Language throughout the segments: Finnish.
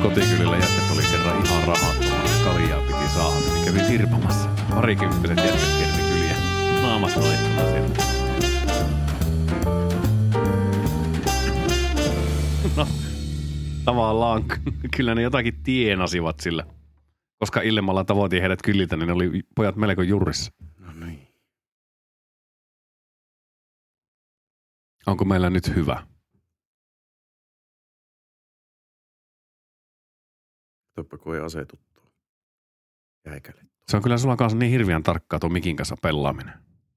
kotikylillä jätket oli kerran ihan rahattomana. Kaljaa piti saada, niin kävi virpomassa. Parikymppiset jätket kierti kyliä. Naamas laittuna sieltä. No, tavallaan kyllä ne jotakin tienasivat sillä. Koska illemmalla tavoitin heidät kyliltä, niin ne oli pojat melko jurrissa. No niin. Onko meillä nyt hyvä? Toppa kun ei asetuttu. Jäikälle. Se on kyllä sulla kanssa niin hirveän tarkkaa tuon mikin kanssa pelaaminen.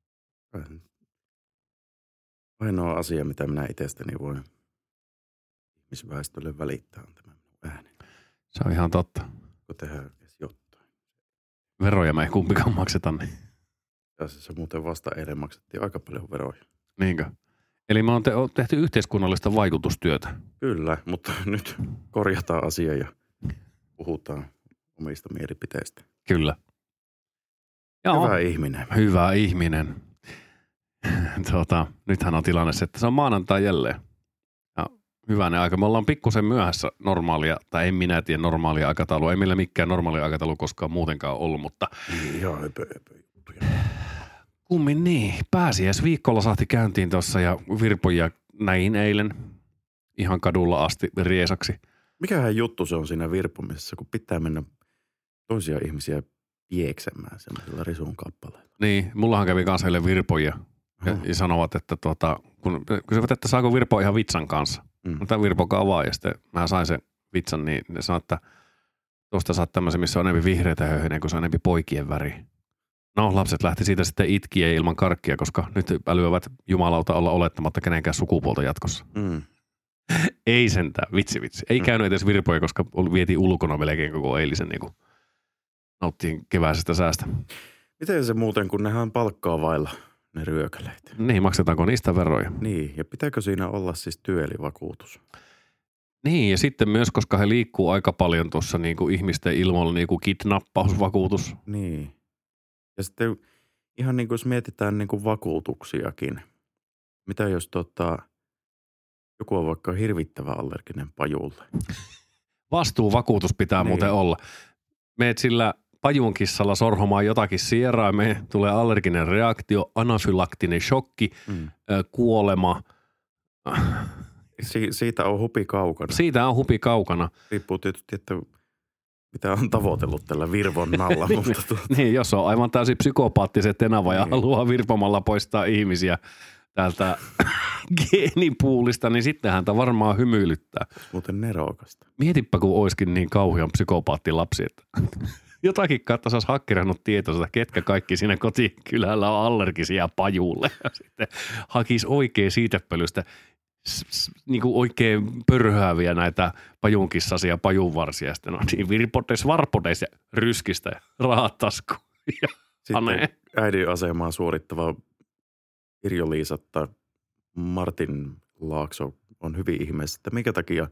Ainoa asia, mitä minä itsestäni voin ihmisväestölle välittää, on tämä ääni. Se on ihan totta. Kun tehdään jotain. Veroja me ei kumpikaan makseta, niin. Tässä muuten vasta eilen maksettiin aika paljon veroja. Niinkö? Eli me on tehty yhteiskunnallista vaikutustyötä. Kyllä, mutta nyt korjataan asia ja puhutaan omista mielipiteistä. Kyllä. Joo. Hyvä ihminen. Hyvä ihminen. Nythän on tilanne se, että se on maanantai jälleen. Ja hyvänen aika. Me ollaan pikkusen myöhässä normaalia, tai en minä tiedä normaalia aikataulua. Ei meillä mikään normaalia aikataulu koskaan muutenkaan ollut, mutta Joo, kummin niin. Pääsiäisviikolla sahti käyntiin tuossa ja virpoja näin eilen ihan kadulla asti riesaksi. Mikähän juttu se on siinä virpomisessa, kun pitää mennä toisia ihmisiä pieksemään semmoisella risun kappaleella? Niin, mullahan kävi kanssa heille virpoja ja sanovat, että kun kysyvät, että saako virpoa ihan vitsan kanssa. Mutta virpokaa vaan ja sitten mä sain sen vitsan, niin ne sanoo, että tuosta saat tämmöisen, missä on enemmän vihreitä höyheniä, kun se on enemmän poikien väri. No, lapset lähti siitä sitten itkiä ilman karkkia, koska nyt älyävät jumalauta olla olettamatta kenenkään sukupuolta jatkossa. Ei sentään, vitsi. Ei käynyt edes virpoja, koska vietiin ulkona melkein koko eilisen, niin kuin nauttiin keväisestä säästä. Miten se muuten, kun nehän palkkaa vailla ne ryökäleet? Niin, maksetaanko niistä veroja? Niin, ja pitääkö siinä olla siis työelivakuutus? Niin, ja sitten myös, koska he liikkuu aika paljon tuossa niin kuin ihmisten ilmoilla niin kuin kidnappausvakuutus. Niin. Ja sitten ihan niin kuin jos mietitään niin kuin vakuutuksiakin. Mitä jos joku on vaikka hirvittävä allerginen pajulle? Vastuuvakuutus pitää muuten olla. Meet sillä pajunkissalla sorhomaan jotakin sieraimeen, tulee allerginen reaktio, anafylaktinen shokki, kuolema. Siitä on hupi kaukana. Siitä on hupi kaukana. Riippuu tietysti, että mitä on tavoitellut tällä virvonnalla. Niin, jos on aivan täysin psykopaattiset tenava ja haluaa virpomalla poistaa ihmisiä täältä geenipuulista, niin sittenhän häntä varmaan hymyilyttää. Muuten nerokasta. Mietipä, kun olisikin niin kauhean psykopaattilapsi, että jotakin kautta saisi hakkerannut tietoa, ketkä kaikki siinä kotikylällä on allergisia pajulle. Ja sitten hakisi oikein siitepölystä niin kuin oikein pörhääviä näitä pajunkissasia pajunvarsia. Sitten on niin virpotes, varpotes ja ryskistä ja rahat taskuun. Sitten äidin asemaa suorittava Irjo-Liisa tai Martin Laakso on hyvin ihmeessä, että minkä takia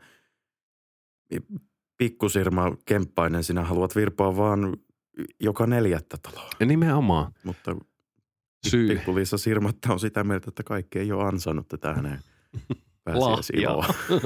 pikkusirma Kemppainen, sinä haluat virpoa vaan joka 4. taloa. Ja nimenomaan. Mutta pikku-Liisa Sirmatta on sitä mieltä, että kaikki ei ole ansainnut tätä hänen pääsiäisiloa.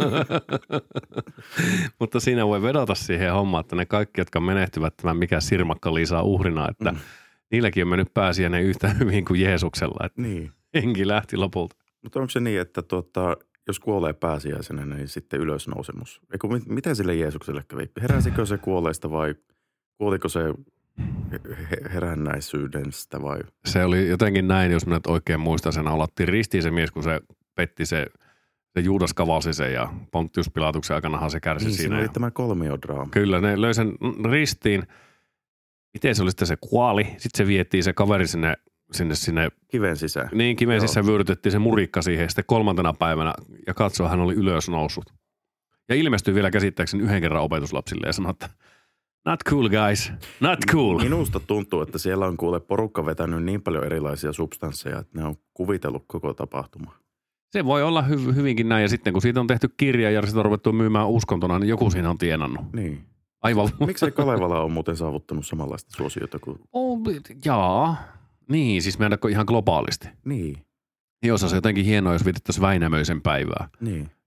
Mutta siinä voi vedota siihen hommaan, että ne kaikki, jotka menehtyvät tämän mikä Sirmakka-Liisaa uhrina, että niilläkin on mennyt pääsiäinen yhtä hyvin kuin Jeesuksella. Että niin. Henki lähti lopulta. Mutta onko se niin, että jos kuolee pääsiäisenä, niin sitten ylösnousemus? Miten sille Jeesukselle kävi? Heräsikö se kuolleista vai kuoliko se herännäisyydestä vai? Se oli jotenkin näin, jos minä oikein muistan sen. Alattiin ristiin se mies, kun se petti se Juudas kavalsi sen ja Pontius Pilatuksen aikanahan se kärsi niin, siinä. Niin, oli tämä kolmiodraama. Kyllä, ne löi sen ristiin. Miten se oli sitten, se kuoli. Sitten se vietiin se kaveri sinne kiven sisään. Niin, kiven sisään vyörytettiin se murikka siihen. Sitten 3. päivänä ja katsoi, hän oli ylös noussut. Ja ilmestyi vielä käsittääkseni 1 kerran opetuslapsille ja sanoi, että not cool guys, not cool. Minusta tuntuu, että siellä on kuule porukka vetänyt niin paljon erilaisia substansseja, että ne on kuvitellut koko tapahtumaa. Se voi olla hyvinkin näin ja sitten kun siitä on tehty kirja ja sitä on ruvettu myymään uskontona, niin joku siinä on tienannut. Niin. Aivan. Miksei Kalevala ole muuten saavuttanut samanlaista suosiota kuin? Niin, siis meidän ihan globaalisti. Niin. Niin olisi se jotenkin hienoa, jos vietettäisiin Väinämöisen päivää. Niin.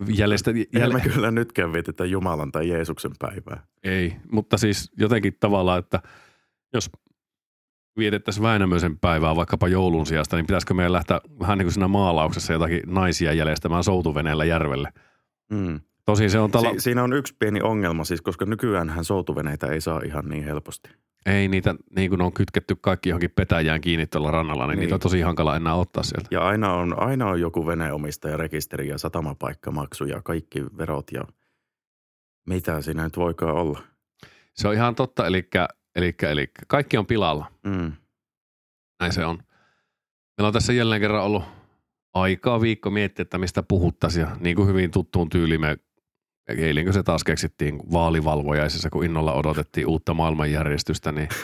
Ei me kyllä nytkään vietetä Jumalan tai Jeesuksen päivää. Ei, mutta siis jotenkin tavallaan, että jos vietettäisiin Väinämöisen päivää vaikkapa joulun sijasta, niin pitäisikö meidän lähteä vähän niin kuin siinä maalauksessa jotakin naisia jäljestämään soutuveneellä järvelle. Tosin se on siinä on yksi pieni ongelma siis, koska nykyäänhän soutuveneitä ei saa ihan niin helposti. Ei niitä, niin kuin on kytketty kaikki johonkin petäjään kiinni tuolla rannalla, niin niitä on tosi hankala enää ottaa sieltä. Ja aina on joku veneomistaja, rekisteri ja satamapaikkamaksu ja kaikki verot ja mitä siinä nyt voikaan olla. Se on ihan totta, eli kaikki on pilalla. Näin se on. Meillä on tässä jälleen kerran ollut aikaa viikko miettiä, että mistä puhuttaisiin. Ja niin kuin hyvin tuttuun tyyliin me eilinkö se taas keksittiin vaalivalvojaisissa, kun innolla odotettiin uutta maailmanjärjestystä, niin,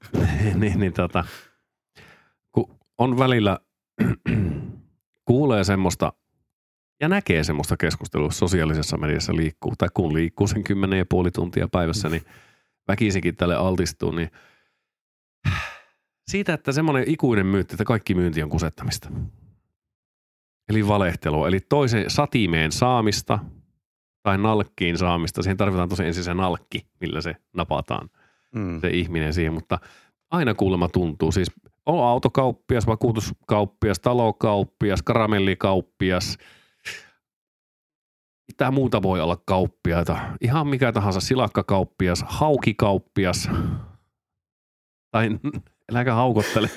kun on välillä kuulee semmoista ja näkee semmoista keskustelua sosiaalisessa mediassa liikkuu, tai kun liikkuu sen 10,5 tuntia päivässä, niin väkisinkin tälle altistuu, niin siitä, että semmoinen ikuinen myytti, että kaikki myynti on kusettamista. Eli valehtelua, eli toisen satimeen saamista tai nalkkiin saamista. Siihen tarvitaan tosi ensin se nalkki, millä se napataan, se ihminen siihen, mutta aina kuulemma tuntuu. Siis on autokauppias, vakuutuskauppias, talokauppias, karamellikauppias, mitä muuta voi olla kauppiaita. Ihan mikä tahansa, silakkakauppias, haukikauppias tai äläkä haukottele.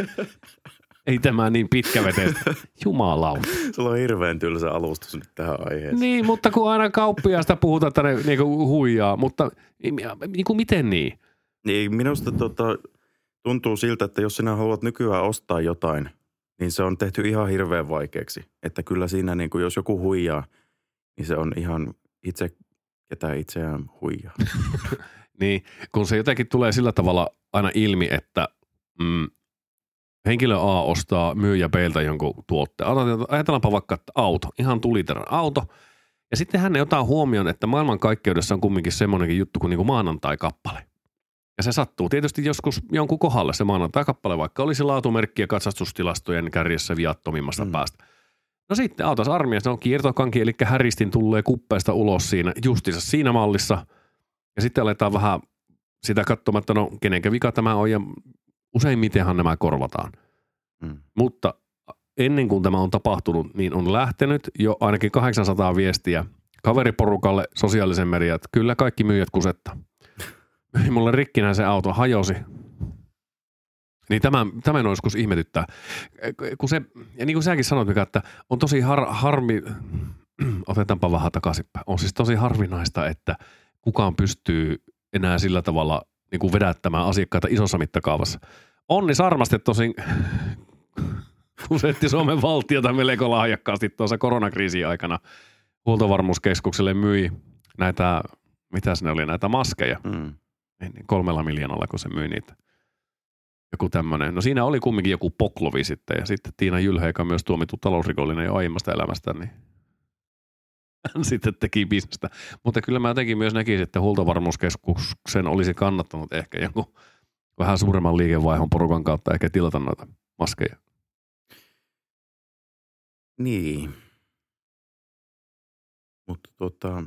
Ei tämä niin pitkäveteistä. Jumalauta. Sulla on hirveän tylsä alustus nyt tähän aiheeseen. Niin, mutta kun aina kauppiaasta puhutaan, että ne niinku huijaa, mutta niinku miten niin? Niin, minusta tuntuu siltä, että jos sinä haluat nykyään ostaa jotain, niin se on tehty ihan hirveän vaikeaksi. Että kyllä siinä niinku, jos joku huijaa, niin se on ihan ketä itseään huijaa. Niin, kun se jotenkin tulee sillä tavalla aina ilmi, että henkilö A ostaa myyjä B:ltä jonkun tuotteen. Ajatellaanpa vaikka, että auto, ihan tuliteran auto. Ja sitten hän ei ota huomioon, että maailmankaikkeudessa on kumminkin semmoinenkin juttu kuin niinku maanantai-kappale. Ja se sattuu tietysti joskus jonkun kohdalle se maanantai-kappale, vaikka olisi laatumerkki ja katsastustilastojen kärjessä viattomimmasta päästä. No sitten autas armias, on kiertokanki, eli häristin tulee kuppeesta ulos siinä, justiinsa siinä mallissa. Ja sitten aletaan vähän sitä katsomatta, no kenenkä vika tämä on ja useimmitenhan nämä korvataan. Mutta ennen kuin tämä on tapahtunut, niin on lähtenyt jo ainakin 800 viestiä kaveriporukalle sosiaalisen median, että kyllä kaikki myyjät kusettaa. Mulle rikkinä se auto hajosi. Niin tämän joskus ihmetyttää. Kun se, ja niin kuin säkin sanoit, Mika, että on tosi harmi, otetaanpa vähän takaisinpäin, on siis tosi harvinaista, että kukaan pystyy enää sillä tavalla niin kuin vedättämään asiakkaita isossa mittakaavassa. Onni Sarmaste tosin kusetti Suomen valtiota melko lahjakkaasti tuossa koronakriisin aikana. Huoltovarmuuskeskukselle myi näitä, mitäs ne oli, näitä maskeja. 3 miljoonalla, kun se myi niitä. Joku tämmöinen. No siinä oli kumminkin joku poklovi sitten. Ja sitten Tiina Jylhä, joka myös tuomittu talousrikollinen jo aiemmasta elämästä, niin hän sitten teki bisnestä. Mutta kyllä mä jotenkin myös näkisin, että huoltovarmuuskeskuksen olisi kannattanut ehkä jonkun vähän suuremman liikevaihon porukan kautta ehkä tilata noita maskeja. Niin. Mutta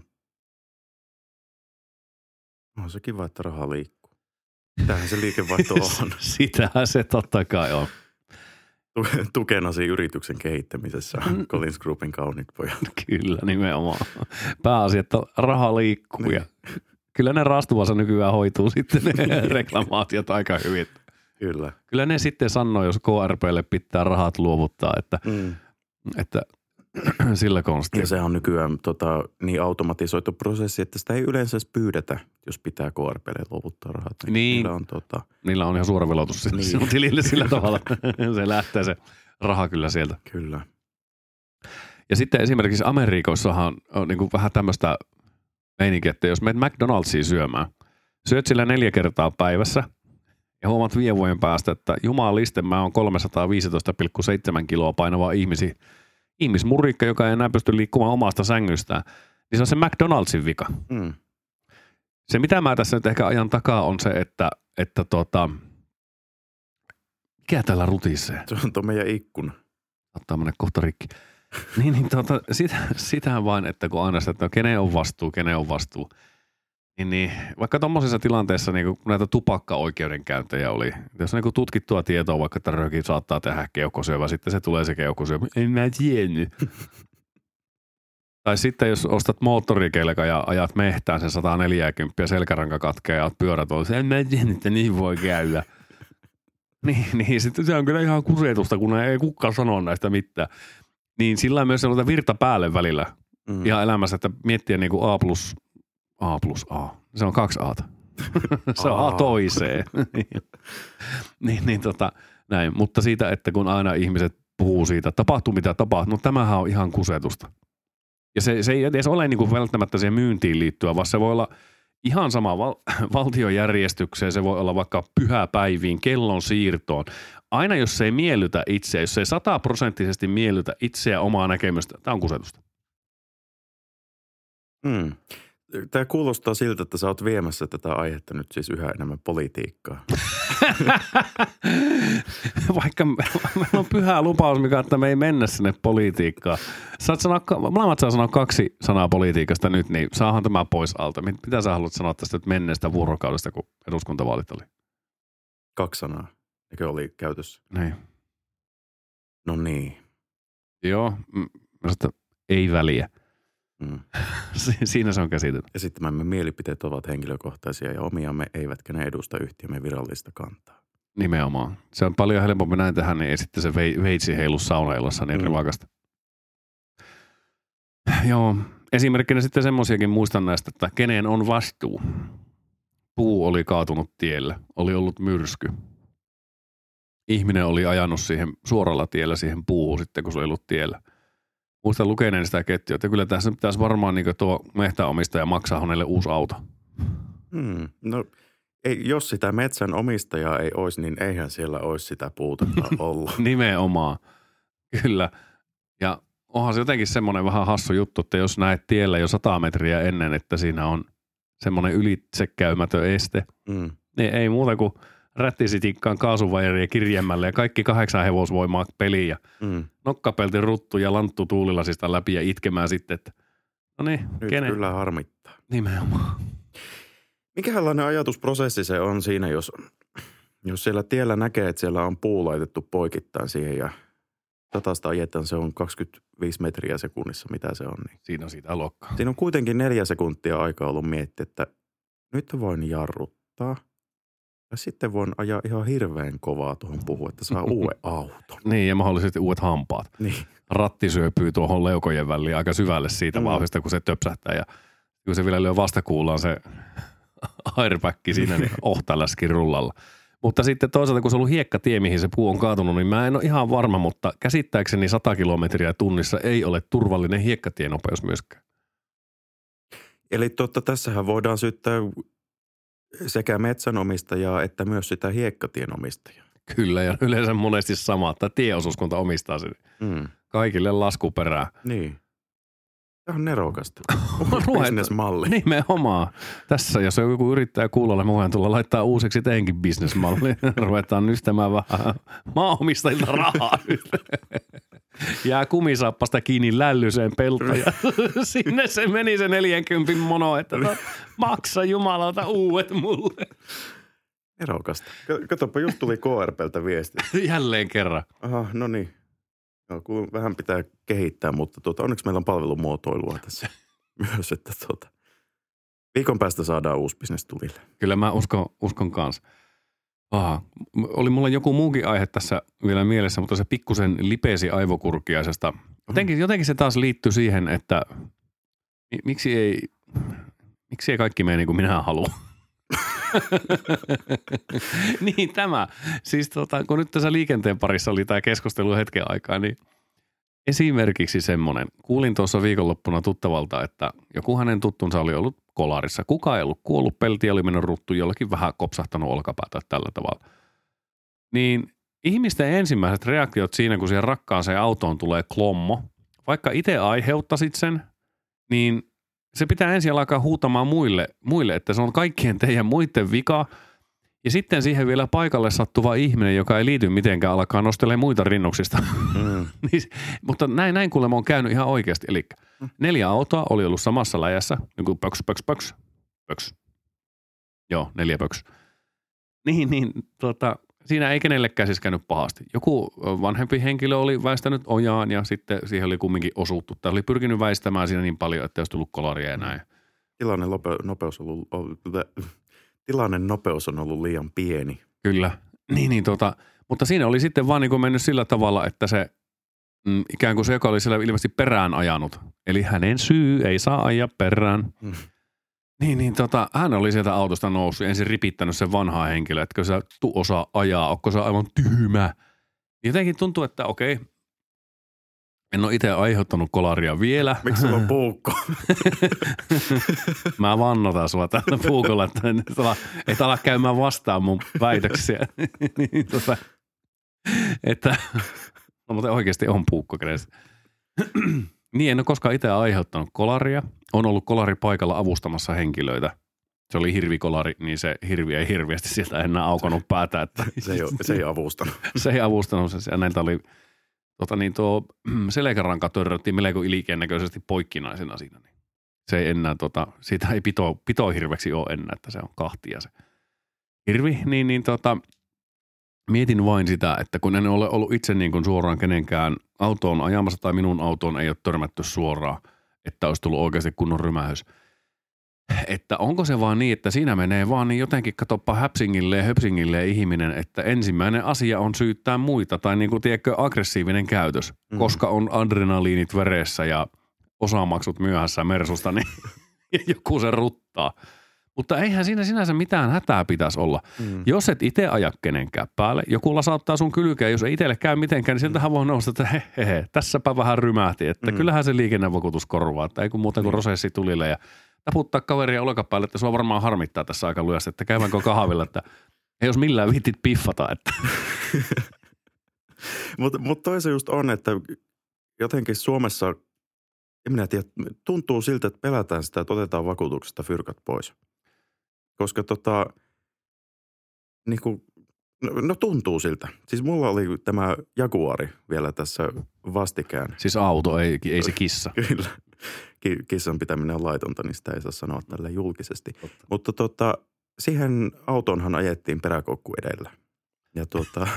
on se kiva, että raha liikkuu. Sitähän se liikevaihto on. Sitähän se totta kai on. Tukenasi yrityksen kehittämisessä Collins Groupin kauniit pojat. Kyllä, nimenomaan. Pääasia, että raha liikkuu niin. Ja kyllä ne rastuvassa nykyään hoituu sitten ne reklamaatiot aika hyvin. Kyllä. Kyllä ne sitten sanoo, jos KRPlle pitää rahat luovuttaa, että sillä konstilla. Ja se on nykyään niin automatisoitu prosessi, että sitä ei yleensä pyydetä, jos pitää KRPlle luovuttaa rahat. Niin, niillä on ihan suora velotus sinun tilille sillä tavalla. Se lähtee se raha kyllä sieltä. Kyllä. Ja sitten esimerkiksi Amerikoissahan on niin kuin vähän tämmöistä meininkiä, että jos menet McDonald'siin syömään, syöt sillä 4 kertaa päivässä ja huomaat 5 vuoden päästä, että jumaliste, mä oon 315,7 kiloa painava ihmismurikka, joka ei enää pysty liikkumaan omasta sängystään, niin se on se McDonald'sin vika. Se, mitä mä tässä nyt ehkä ajan takaa, on se, että mikä täällä rutisee? Se on tuo meidän ikkuna. Ottaa mennä kohta rikki. Niin sitä vain, että kun aina sitä, että kenen on vastuu. Niin, vaikka tuommoisessa tilanteessa, niin kun näitä tupakka-oikeudenkäyntejä oli, jos on niin tutkittua tietoa, vaikka että rööki saattaa tehdä keuhkosyövä, sitten se tulee se keuhkosyövä. En mä tiennyt. Tai sitten jos ostat moottorikelkan ja ajat mehtään sen 140 selkäranka katkee ja oot pyörät olla, en mä tiennyt, että niin voi käydä. Niin, sitten se on kyllä ihan kusetusta, kun ei kukaan sano näistä mitään. Niin sillä on myös sellaista virta päälle välillä ihan elämässä, että miettiä niin kuin A plus A. Se on 2 A:ta. Se on A toiseen. Näin. Mutta siitä, että kun aina ihmiset puhuu siitä, että tapahtuu mitä tapahtuu, no tämähän on ihan kusetusta. Ja se ei edes ole niin kuin välttämättä siihen myyntiin liittyä, vaan se voi olla ihan sama valtiojärjestykseen, se voi olla vaikka pyhäpäiviin, kellon siirtoon. Aina jos se ei miellytä itseä, jos se ei 100% miellytä itseä omaa näkemystä, tämä on kusetusta. Tämä kuulostaa siltä, että sä oot viemässä tätä aihetta nyt siis yhä enemmän politiikkaa. Vaikka meillä on pyhä lupaus, mikä että me ei mennä sinne politiikkaan. Molemmat saa sanoa 2 sanaa politiikasta nyt, niin saahan tämä pois alta. Mitä sä haluat sanoa tästä menneestä vuorokaudesta, kun eduskuntavaalit oli? 2 sanaa, eikö oli käytössä? Niin. No niin. Joo, että ei väliä. Siinä se on käsitelty. Esittämämme mielipiteet ovat henkilökohtaisia ja omiamme, eivätkä ne edusta yhtiömme virallista kantaa. Nimenomaan. Se on paljon helpompi näin tehdä, niin sitten se veitsi heilu saunailassa niin rivakasta. Joo, esimerkkinä sitten semmoisiakin muistan näistä, että kenen on vastuu. Puu oli kaatunut tielle, oli ollut myrsky. Ihminen oli ajanut siihen suoralla tiellä siihen puuhun sitten, kun se oli ollut tiellä. Muistan lukeneen sitä ketjua, että kyllä tässä pitäisi varmaan niin tuo mehtäomistaja maksaa hänelle uusi auto. No jos sitä metsän omistajaa ei olisi, niin eihän siellä olisi sitä puutetta ollut. Nimenomaan, kyllä. Ja onhan se jotenkin semmoinen vähän hassu juttu, että jos näet tiellä jo 100 metriä ennen, että siinä on semmoinen ylitsekäymätön este, niin ei muuta kuin rättisitikkaan kaasuvajeri kirjemmälle ja kaikki 8 hevosvoimaa peliin ja nokkapelti ruttu ja lanttu tuulilasista läpi ja itkemään sitten, että no niin, nyt kenen? Kyllä harmittaa. Nimenomaan. Mikälainen ajatusprosessi se on siinä, jos siellä tiellä näkee, että siellä on puu laitettu poikittain siihen ja 100 ajetaan, se on 25 metriä sekunnissa, mitä se on. Niin. Siinä on sitä luokkaa. Siinä on kuitenkin 4 sekuntia aikaa ollut miettiä, että nyt voin jarruttaa. Ja sitten voin ajaa ihan hirveän kovaa tuohon puhuun, että saa uuden auton. Niin, ja mahdollisesti uudet hampaat. Niin. Ratti syöpyy tuohon leukojen väliin aika syvälle siitä vauhdista, kun se töpsähtää. Ja kun se vielä lyö vastakuullaan se airbag siinä, niin ohtaläskin rullalla. Mutta sitten toisaalta, kun se on ollut hiekkatie, mihin se puu on kaatunut, niin mä en ole ihan varma, mutta käsittääkseni 100 kilometriä tunnissa ei ole turvallinen hiekkatienopeus myöskään. Eli tässähän voidaan syyttää sekä metsänomistajaa että myös sitä hiekkatienomistajaa. Kyllä, ja yleensä monesti sama, että tieosuuskunta omistaa sen. Kaikille laskuperää. Niin. Tämä on nerokasta. Business-malli. Nimenomaan. Tässä, jos joku yrittää kuulolla, mä voin tulla laittaa uusiksi teinkin business-malli. Ruvetaan nystämään vähän maanomistajilta rahaa. Jää kumisaappasta kiinni lällyseen peltoon ja sinne se meni se 40 mono, että maksa jumalalta uudet mulle. Nerokasta. Katsopa, just tuli KRP:ltä viesti. Jälleen kerran. Aha, no niin. No, kun vähän pitää kehittää, mutta onneksi meillä on palvelumuotoilua tässä myös, että viikon päästä saadaan uusi bisnes tulille. Kyllä mä uskon kanssa. Oli mulla joku muukin aihe tässä vielä mielessä, mutta se pikkusen lipesi aivokurkiaisesta. Jotenkin se taas liittyy siihen, että miksi ei kaikki mene niin kuin minä haluan. Niin tämä. Siis kun nyt tässä liikenteen parissa oli tämä keskustelu hetken aikaa, niin esimerkiksi semmoinen. Kuulin tuossa viikonloppuna tuttavalta, että joku hänen tuttunsa oli ollut kolarissa. Kuka ei ollut kuollut, pelti oli mennyt ruttu, jollakin vähän kopsahtanut olkapäätä tällä tavalla. Niin ihmisten ensimmäiset reaktiot siinä, kun siihen rakkaaseen autoon tulee klommo, vaikka itse aiheuttasit sen, niin se pitää ensin alkaa huutamaan muille, että se on kaikkien teidän muiden vika. Ja sitten siihen vielä paikalle sattuva ihminen, joka ei liity mitenkään, alkaa nostelemaan muita rinnuksista. Mutta näin kuulemma on käynyt ihan oikeasti. Eli 4 autoa oli ollut samassa läjässä, niin kuin pöks. Joo, 4 pöks. Siinä ei kenellekään siis käynyt pahasti. Joku vanhempi henkilö oli väistänyt ojaan ja sitten siihen oli kumminkin osuuttu. Tai oli pyrkinyt väistämään siinä niin paljon, että olisi tullut kolaria ja näin. Tilanne nopeus on ollut liian pieni. Kyllä. Mutta siinä oli sitten vaan niin kuin mennyt sillä tavalla, että se ikään kuin se, joka oli siellä ilmeisesti perään ajanut. Eli hänen syy ei saa ajaa perään. Hän oli sieltä autosta noussut ja ensin ripittänyt sen vanhaa henkilöä, että sä osaa ajaa, onko sä aivan tyhmä. Jotenkin tuntuu, että okei, en ole itse aiheuttanut kolaria vielä. Miksi sulla on puukko? Mä vannotan sua tällä puukolla, että et ala käymään vastaan mun väitöksiä. No mutta oikeasti on puukko kädessä. Niin, en ole koskaan itse aiheuttanut kolaria. On ollut kolari paikalla avustamassa henkilöitä. Se oli hirvikolari, niin se hirvi ei hirveästi sieltä enää aukonut päätä. Että se ei avustanut. Se ei avustanut. Ja näiltä oli, tuo selkäranka törröttiin melko ilikennäköisesti poikkinaisena siinä. Niin se ei enää, siitä ei pitohirveksi ole enää, että se on kahtia se hirvi. Mietin vain sitä, että kun en ole ollut itse niin kuin suoraan kenenkään autoon ajamassa tai minun autoon ei ole törmätty suoraan, että olisi tullut oikeasti kunnon rymähys. Että onko se vaan niin, että siinä menee vaan niin jotenkin katoppa höpsingille ihminen, että ensimmäinen asia on syyttää muita tai niin kuin tiedätkö aggressiivinen käytös, koska on adrenaliinit veressä ja osamaksut myöhässä Mersusta, niin joku se ruttaa. Mutta eihän siinä sinänsä mitään hätää pitäisi olla. Jos et itse aja kenenkään päälle, joku lasauttaa sun kylkeen, jos ei itselle käy mitenkään, niin sieltähän voi nousta, että tässäpä vähän rymähti. Että kyllähän se liikennevakuutus korvaa, että ei kun muuta kuin prosessi tulille ja taputtaa kaveria olkapäälle, että sua varmaan harmittaa tässä aika lyössä, että käyvänkö kahvilla, että ei jos millään viitit piffata. Että. Mutta toi se just on, että jotenkin Suomessa, en minä tiedä, tuntuu siltä, että pelätään sitä, että otetaan vakuutuksesta fyrkat pois. Koska no tuntuu siltä. Siis mulla oli tämä Jaguari vielä tässä vastikään. Siis auto, ei se kissa. Kyllä. Kissan pitäminen on laitonta, niin sitä ei saa sanoa tälle julkisesti. Mutta siihen autoonhan ajettiin peräkoukku edellä. Ja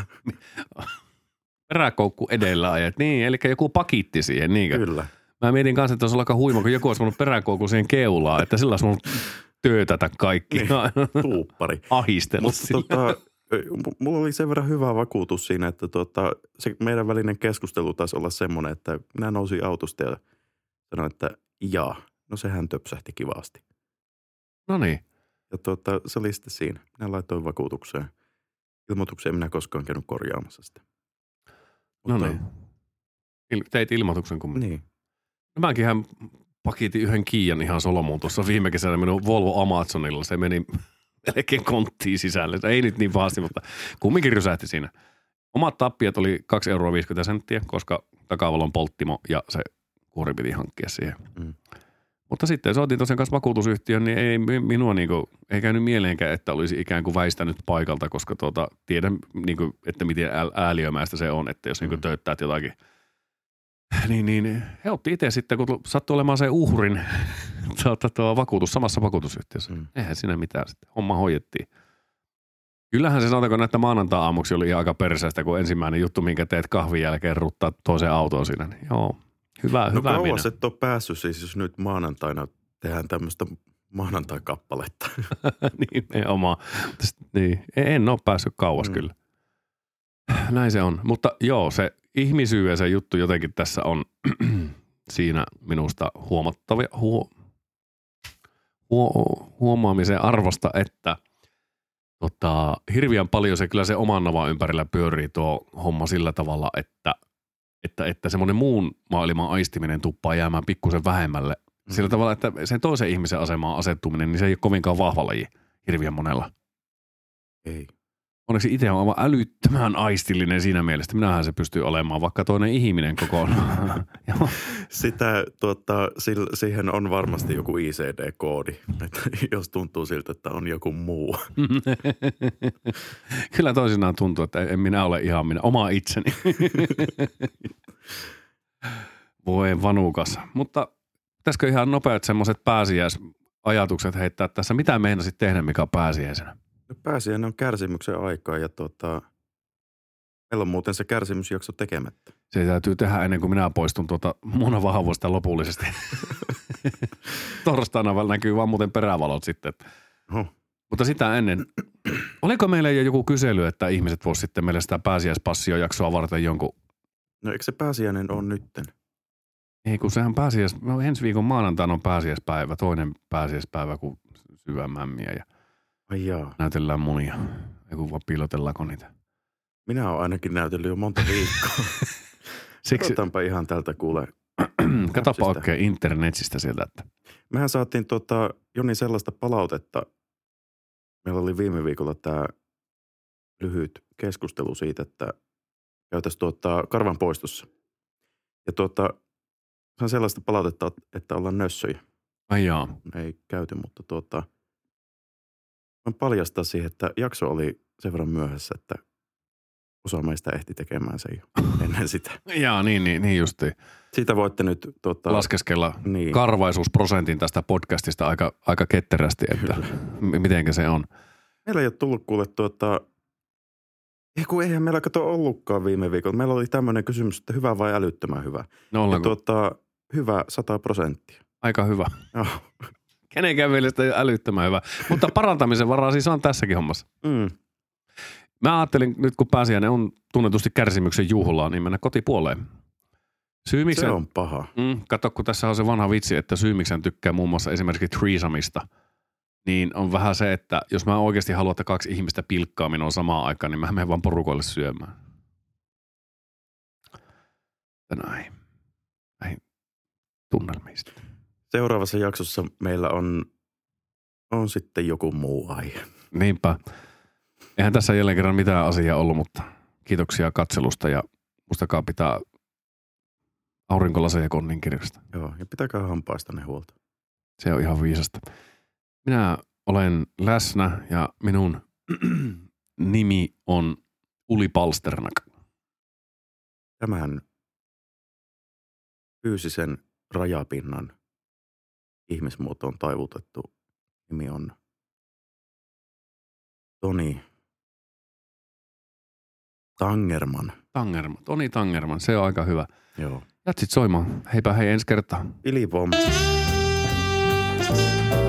Peräkoukku edellä ajat, niin, eli joku pakitti siihen, niinkö? Kyllä. Mä mietin kanssa, että olisi ollut aika huima, kun joku olisi voinut peräkoukku siihen keulaan, että sillä olisi voinut töötätä kaikki. Niin, tuuppari. Ahistella sillä. Mulla oli sen verran hyvä vakuutus siinä, että se meidän välinen keskustelu taisi olla semmoinen, että minä nousin autosta ja sanoin, että no sehän töpsähti kivasti. No niin. Ja se oli sitten siinä. Minä laitoin vakuutukseen. Ilmoitukseen minä koskaan käynyt korjaamassa sitä. No niin. Teit ilmoituksen kummin. Niin. No mäkinhän pakitin yhden Kiian ihan solmuun tuossa viime kesänä minun Volvo Amazonilla. Se meni melkein konttiin sisälle. Ei nyt niin pahasti, mutta kumminkin rysähti siinä. Omat tappiot oli 2,50 €, koska takavalon polttimo ja se kuori piti hankkia siihen. Mutta sitten soitin tosiaan kanssa vakuutusyhtiön, niin ei minua ei käynyt mieleenkään, että olisi ikään kuin väistänyt paikalta, koska tiedän, että miten ääliömäistä se on, että jos töyttäät jotakin. Niin he otti itse sitten, kun sattui olemaan se uhrin vakuutus samassa vakuutusyhtiössä. Eihän siinä mitään sitten. Homma hoidettiin. Kyllähän se sanotaanko, että maanantai-aamuksi oli ihan aika perseestä, kun ensimmäinen juttu, minkä teet kahvin jälkeen ruttaa toiseen autoon siinä. Niin joo, hyvä minä. No kauas et ole päässyt siis, jos nyt maanantaina tehdään tämmöistä maanantai-kappaletta. Nimenomaan. Niin, en ole päässyt kauas kyllä. Näin se on. Mutta joo, se ihmisyys ja se juttu jotenkin tässä on siinä minusta huomattavia huomaamisen arvosta, että hirveän paljon se kyllä se oman navan ympärillä pyörii tuo homma sillä tavalla, että semmoinen muun maailman aistiminen tuppaa jäämään pikkusen vähemmälle. Sillä tavalla, että sen toisen ihmisen asemaan asettuminen, niin se ei ole kovinkaan vahva laji hirveän monella. Ei. onneksi itse on aivan älyttömän aistillinen siinä mielessä. Minähän se pystyy olemaan vaikka toinen ihminen kokonaan. Siihen on varmasti joku ICD-koodi, että jos tuntuu siltä, että on joku muu. Kyllä toisinaan tuntuu, että en minä ole ihan minä, oma itseni. Voi vanukas. Mutta pitäisikö ihan nopeat semmoiset pääsiäisajatukset heittää tässä? Mitä meinasit tehdä, mikä on pääsiäisenä? No pääsiäinen on kärsimyksen aikaa ja meillä on muuten se kärsimysjakso tekemättä. Se täytyy tehdä ennen kuin minä poistun muonavahvuista lopullisesti. Torstaina näkyy vaan muuten perävalot sitten. Mutta sitä ennen, oliko meillä jo joku kysely, että ihmiset voisivat sitten meille sitä pääsiäispassiojaksoa varten jonkun? No eikö se pääsiäinen ole nytten? Ei, kun sehän ensi viikon maanantaina on pääsiäispäivä, toinen pääsiäispäivä kuin syvämämmiä ja näytellään munia. Eiku vaan piilotellaanko niitä? Minä olen ainakin näytellyt jo monta viikkoa. Katsotaanpa ihan tältä kuule. Katsopa oikein internetistä sieltä. Että. Mehän saatiin Joni sellaista palautetta. Meillä oli viime viikolla tämä lyhyt keskustelu siitä, että käytäisiin karvan poistossa. Ja se on sellaista palautetta, että ollaan nössöjä. Ai jaa. Ei käyty, mutta on paljastaa siihen, että jakso oli sen verran myöhässä, että osa meistä ehti tekemään sen jo ennen sitä. Jaa, niin justiin. Siitä voitte nyt laskeskella karvaisuusprosentin tästä podcastista aika ketterästi, että mitenkä se on. Meillä ei ole tullut kuule eihän meillä ollutkaan viime viikolla. Meillä oli tämmöinen kysymys, että hyvä vai älyttömän hyvä. No ja hyvä 100%. Aika hyvä. Kenenkään mielestä ei ole älyttömän hyvä. Mutta parantamisen varaa siis on tässäkin hommassa. Mä ajattelin nyt, kun pääsiäinen on tunnetusti kärsimyksen juhlaa, niin mennä kotipuoleen. Se on paha. Kato, kun tässä on se vanha vitsi, että syy, miksi hän tykkää muun muassa esimerkiksi threesomeista, niin on vähän se, että jos mä oikeasti haluan, että 2 ihmistä pilkkaa minua samaan aikaan, niin mä menen vaan porukoille syömään. Näin tunnelmista. Seuraavassa jaksossa meillä on sitten joku muu aihe. Niinpä. Eihän tässä jälleen kerran mitään asiaa ollut, mutta kiitoksia katselusta ja muistakaa pitää aurinkolaseja konnin kirjasta. Joo, ja pitäkää hampaista ne huolta. Se on ihan viisasta. Minä olen läsnä ja minun nimi on Uli Palsternak. Tämän fyysisen rajapinnan ihmismuotoon taivutettu nimi on Toni Tangerman. Toni Tangerman, se on aika hyvä. Joo. Jatsit soimaan. Heipä hei ensi kertaa. Ilipom.